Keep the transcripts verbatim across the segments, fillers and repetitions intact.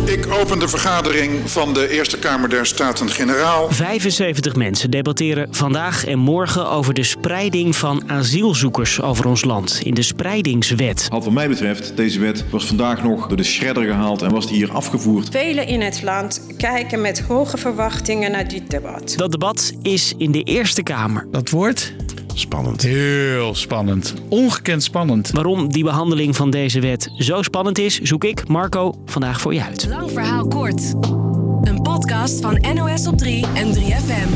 Ik open de vergadering van de Eerste Kamer der Staten-Generaal. vijfenzeventig mensen debatteren vandaag en morgen over de spreiding van asielzoekers over ons land. In de spreidingswet. Wat mij betreft, deze wet was vandaag nog door de shredder gehaald en was die hier afgevoerd. Velen in het land kijken met hoge verwachtingen naar dit debat. Dat debat is in de Eerste Kamer. Dat wordt... Spannend. Heel spannend. Ongekend spannend. Waarom die behandeling van deze wet zo spannend is, zoek ik, Marco, vandaag voor je uit. Lang verhaal kort. Een podcast van N O S op drie en drie F M.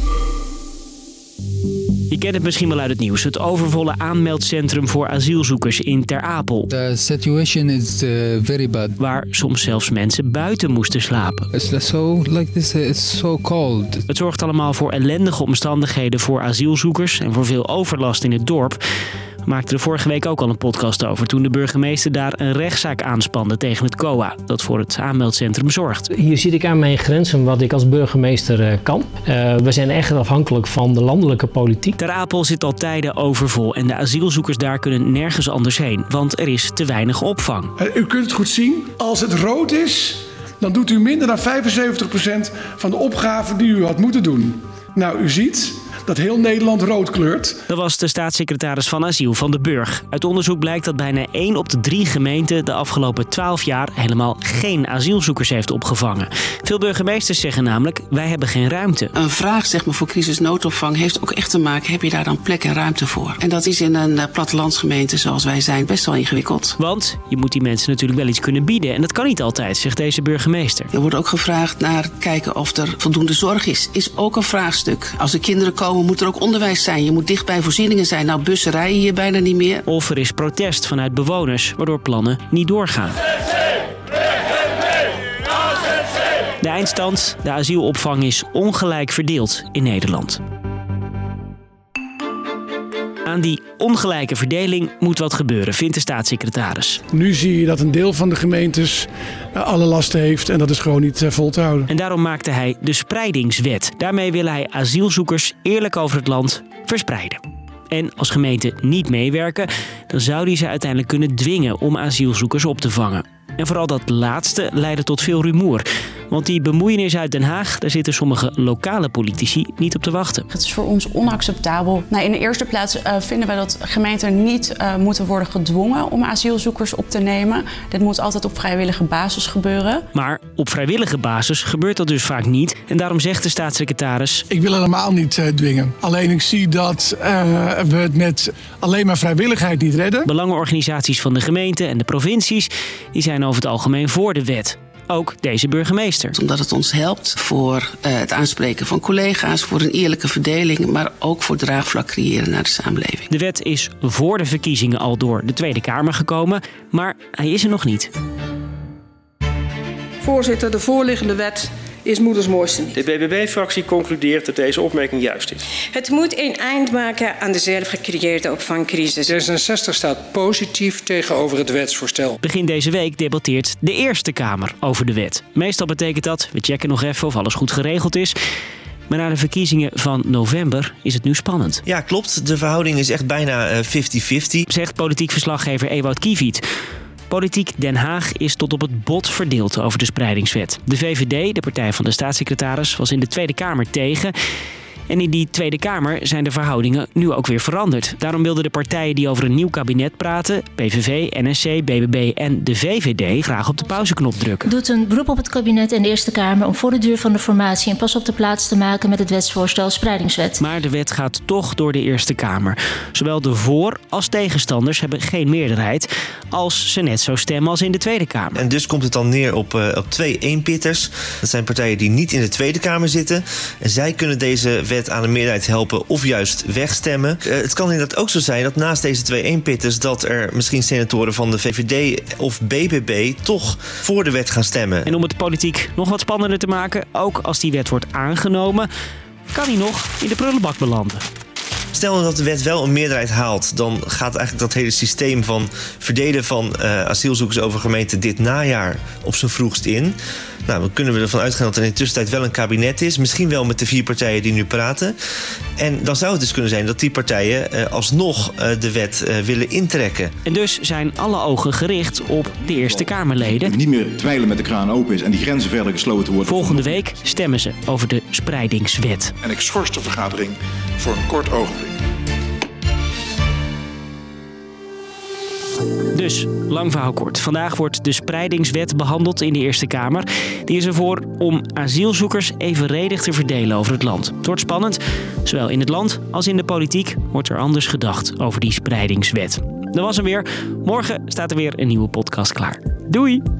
Je kent het misschien wel uit het nieuws. Het overvolle aanmeldcentrum voor asielzoekers in Ter Apel. The situation is uh, very bad. Waar soms zelfs mensen buiten moesten slapen. It's so like this. It's so cold. Het zorgt allemaal voor ellendige omstandigheden voor asielzoekers en voor veel overlast in het dorp. We maakten er vorige week ook al een podcast over toen de burgemeester daar een rechtszaak aanspande tegen het C O A, dat voor het aanmeldcentrum zorgt. Hier zit ik aan mijn grenzen wat ik als burgemeester kan. Uh, we zijn echt afhankelijk van de landelijke politiek. Ter Apel zit al tijden overvol en de asielzoekers daar kunnen nergens anders heen, want er is te weinig opvang. U kunt het goed zien, als het rood is, dan doet u minder dan vijfenzeventig procent van de opgaven die u had moeten doen. Nou, u ziet dat heel Nederland rood kleurt. Dat was de staatssecretaris van Asiel van de Burg. Uit onderzoek blijkt dat bijna één op de drie gemeenten de afgelopen twaalf jaar helemaal geen asielzoekers heeft opgevangen. Veel burgemeesters zeggen namelijk, wij hebben geen ruimte. Een vraag zeg maar, voor crisisnoodopvang heeft ook echt te maken, heb je daar dan plek en ruimte voor? En dat is in een uh, plattelandsgemeente zoals wij zijn best wel ingewikkeld. Want je moet die mensen natuurlijk wel iets kunnen bieden. En dat kan niet altijd, zegt deze burgemeester. Er wordt ook gevraagd naar kijken of er voldoende zorg is. Is ook een vraagstuk. Als er kinderen komen, moet er ook onderwijs zijn. Je moet dicht bij voorzieningen zijn. Nou, bussen rijden hier bijna niet meer. Of er is protest vanuit bewoners, waardoor plannen niet doorgaan. De eindstand, de asielopvang is ongelijk verdeeld in Nederland. Aan die ongelijke verdeling moet wat gebeuren, vindt de staatssecretaris. Nu zie je dat een deel van de gemeentes alle lasten heeft en dat is gewoon niet vol te houden. En daarom maakte hij de spreidingswet. Daarmee wil hij asielzoekers eerlijk over het land verspreiden. En als gemeenten niet meewerken, dan zou hij ze uiteindelijk kunnen dwingen om asielzoekers op te vangen. En vooral dat laatste leidde tot veel rumoer. Want die bemoeienis uit Den Haag, daar zitten sommige lokale politici niet op te wachten. Het is voor ons onacceptabel. Nou, in de eerste plaats uh, vinden wij dat gemeenten niet uh, moeten worden gedwongen om asielzoekers op te nemen. Dit moet altijd op vrijwillige basis gebeuren. Maar op vrijwillige basis gebeurt dat dus vaak niet. En daarom zegt de staatssecretaris... Ik wil helemaal niet uh, dwingen. Alleen ik zie dat uh, we het met alleen maar vrijwilligheid niet redden. Belangenorganisaties van de gemeente en de provincies, die zijn over het algemeen voor de wet. Ook deze burgemeester. Omdat het ons helpt voor uh, het aanspreken van collega's, voor een eerlijke verdeling, maar ook voor draagvlak creëren naar de samenleving. De wet is voor de verkiezingen al door de Tweede Kamer gekomen, maar hij is er nog niet. Voorzitter, de voorliggende wet is moeders mooiste niet. De B B B-fractie concludeert dat deze opmerking juist is. Het moet een eind maken aan de zelf gecreëerde opvangcrisis. D zesenzestig staat positief tegenover het wetsvoorstel. Begin deze week debatteert de Eerste Kamer over de wet. Meestal betekent dat, we checken nog even of alles goed geregeld is. Maar na de verkiezingen van november is het nu spannend. Ja, klopt. De verhouding is echt bijna vijftig vijftig. Zegt politiek verslaggever Ewout Kiewiet. Politiek Den Haag is tot op het bot verdeeld over de spreidingswet. De V V D, de partij van de staatssecretaris, was in de Tweede Kamer tegen. En in die Tweede Kamer zijn de verhoudingen nu ook weer veranderd. Daarom wilden de partijen die over een nieuw kabinet praten, P V V, N S C, B B B en de V V D, graag op de pauzeknop drukken. Doet een beroep op het kabinet en de Eerste Kamer om voor de duur van de formatie een pas op de plaats te maken met het wetsvoorstel spreidingswet. Maar de wet gaat toch door de Eerste Kamer. Zowel de voor- als tegenstanders hebben geen meerderheid, als ze net zo stemmen als in de Tweede Kamer. En dus komt het dan neer op, uh, op twee eenpitters. Dat zijn partijen die niet in de Tweede Kamer zitten. En zij kunnen deze wet aan de meerderheid helpen of juist wegstemmen. Uh, het kan inderdaad ook zo zijn dat naast deze twee eenpitters dat er misschien senatoren van de V V D of B B B toch voor de wet gaan stemmen. En om het politiek nog wat spannender te maken, ook als die wet wordt aangenomen, kan hij nog in de prullenbak belanden. Stel dat de wet wel een meerderheid haalt, dan gaat eigenlijk dat hele systeem van verdelen van uh, asielzoekers over gemeenten dit najaar op zijn vroegst in. Nou, dan kunnen we ervan uitgaan dat er in de tussentijd wel een kabinet is. Misschien wel met de vier partijen die nu praten. En dan zou het dus kunnen zijn dat die partijen uh, alsnog uh, de wet uh, willen intrekken. En dus zijn alle ogen gericht op de Eerste Kamerleden. Niet meer twijfelen met de kraan open is en die grenzen verder gesloten worden. Volgende week stemmen ze over de spreidingswet. En ik schors de vergadering voor een kort ogenblik. Dus, lang verhaal kort. Vandaag wordt de spreidingswet behandeld in de Eerste Kamer. Die is ervoor om asielzoekers evenredig te verdelen over het land. Het wordt spannend. Zowel in het land als in de politiek wordt er anders gedacht over die spreidingswet. Dat was hem weer. Morgen staat er weer een nieuwe podcast klaar. Doei!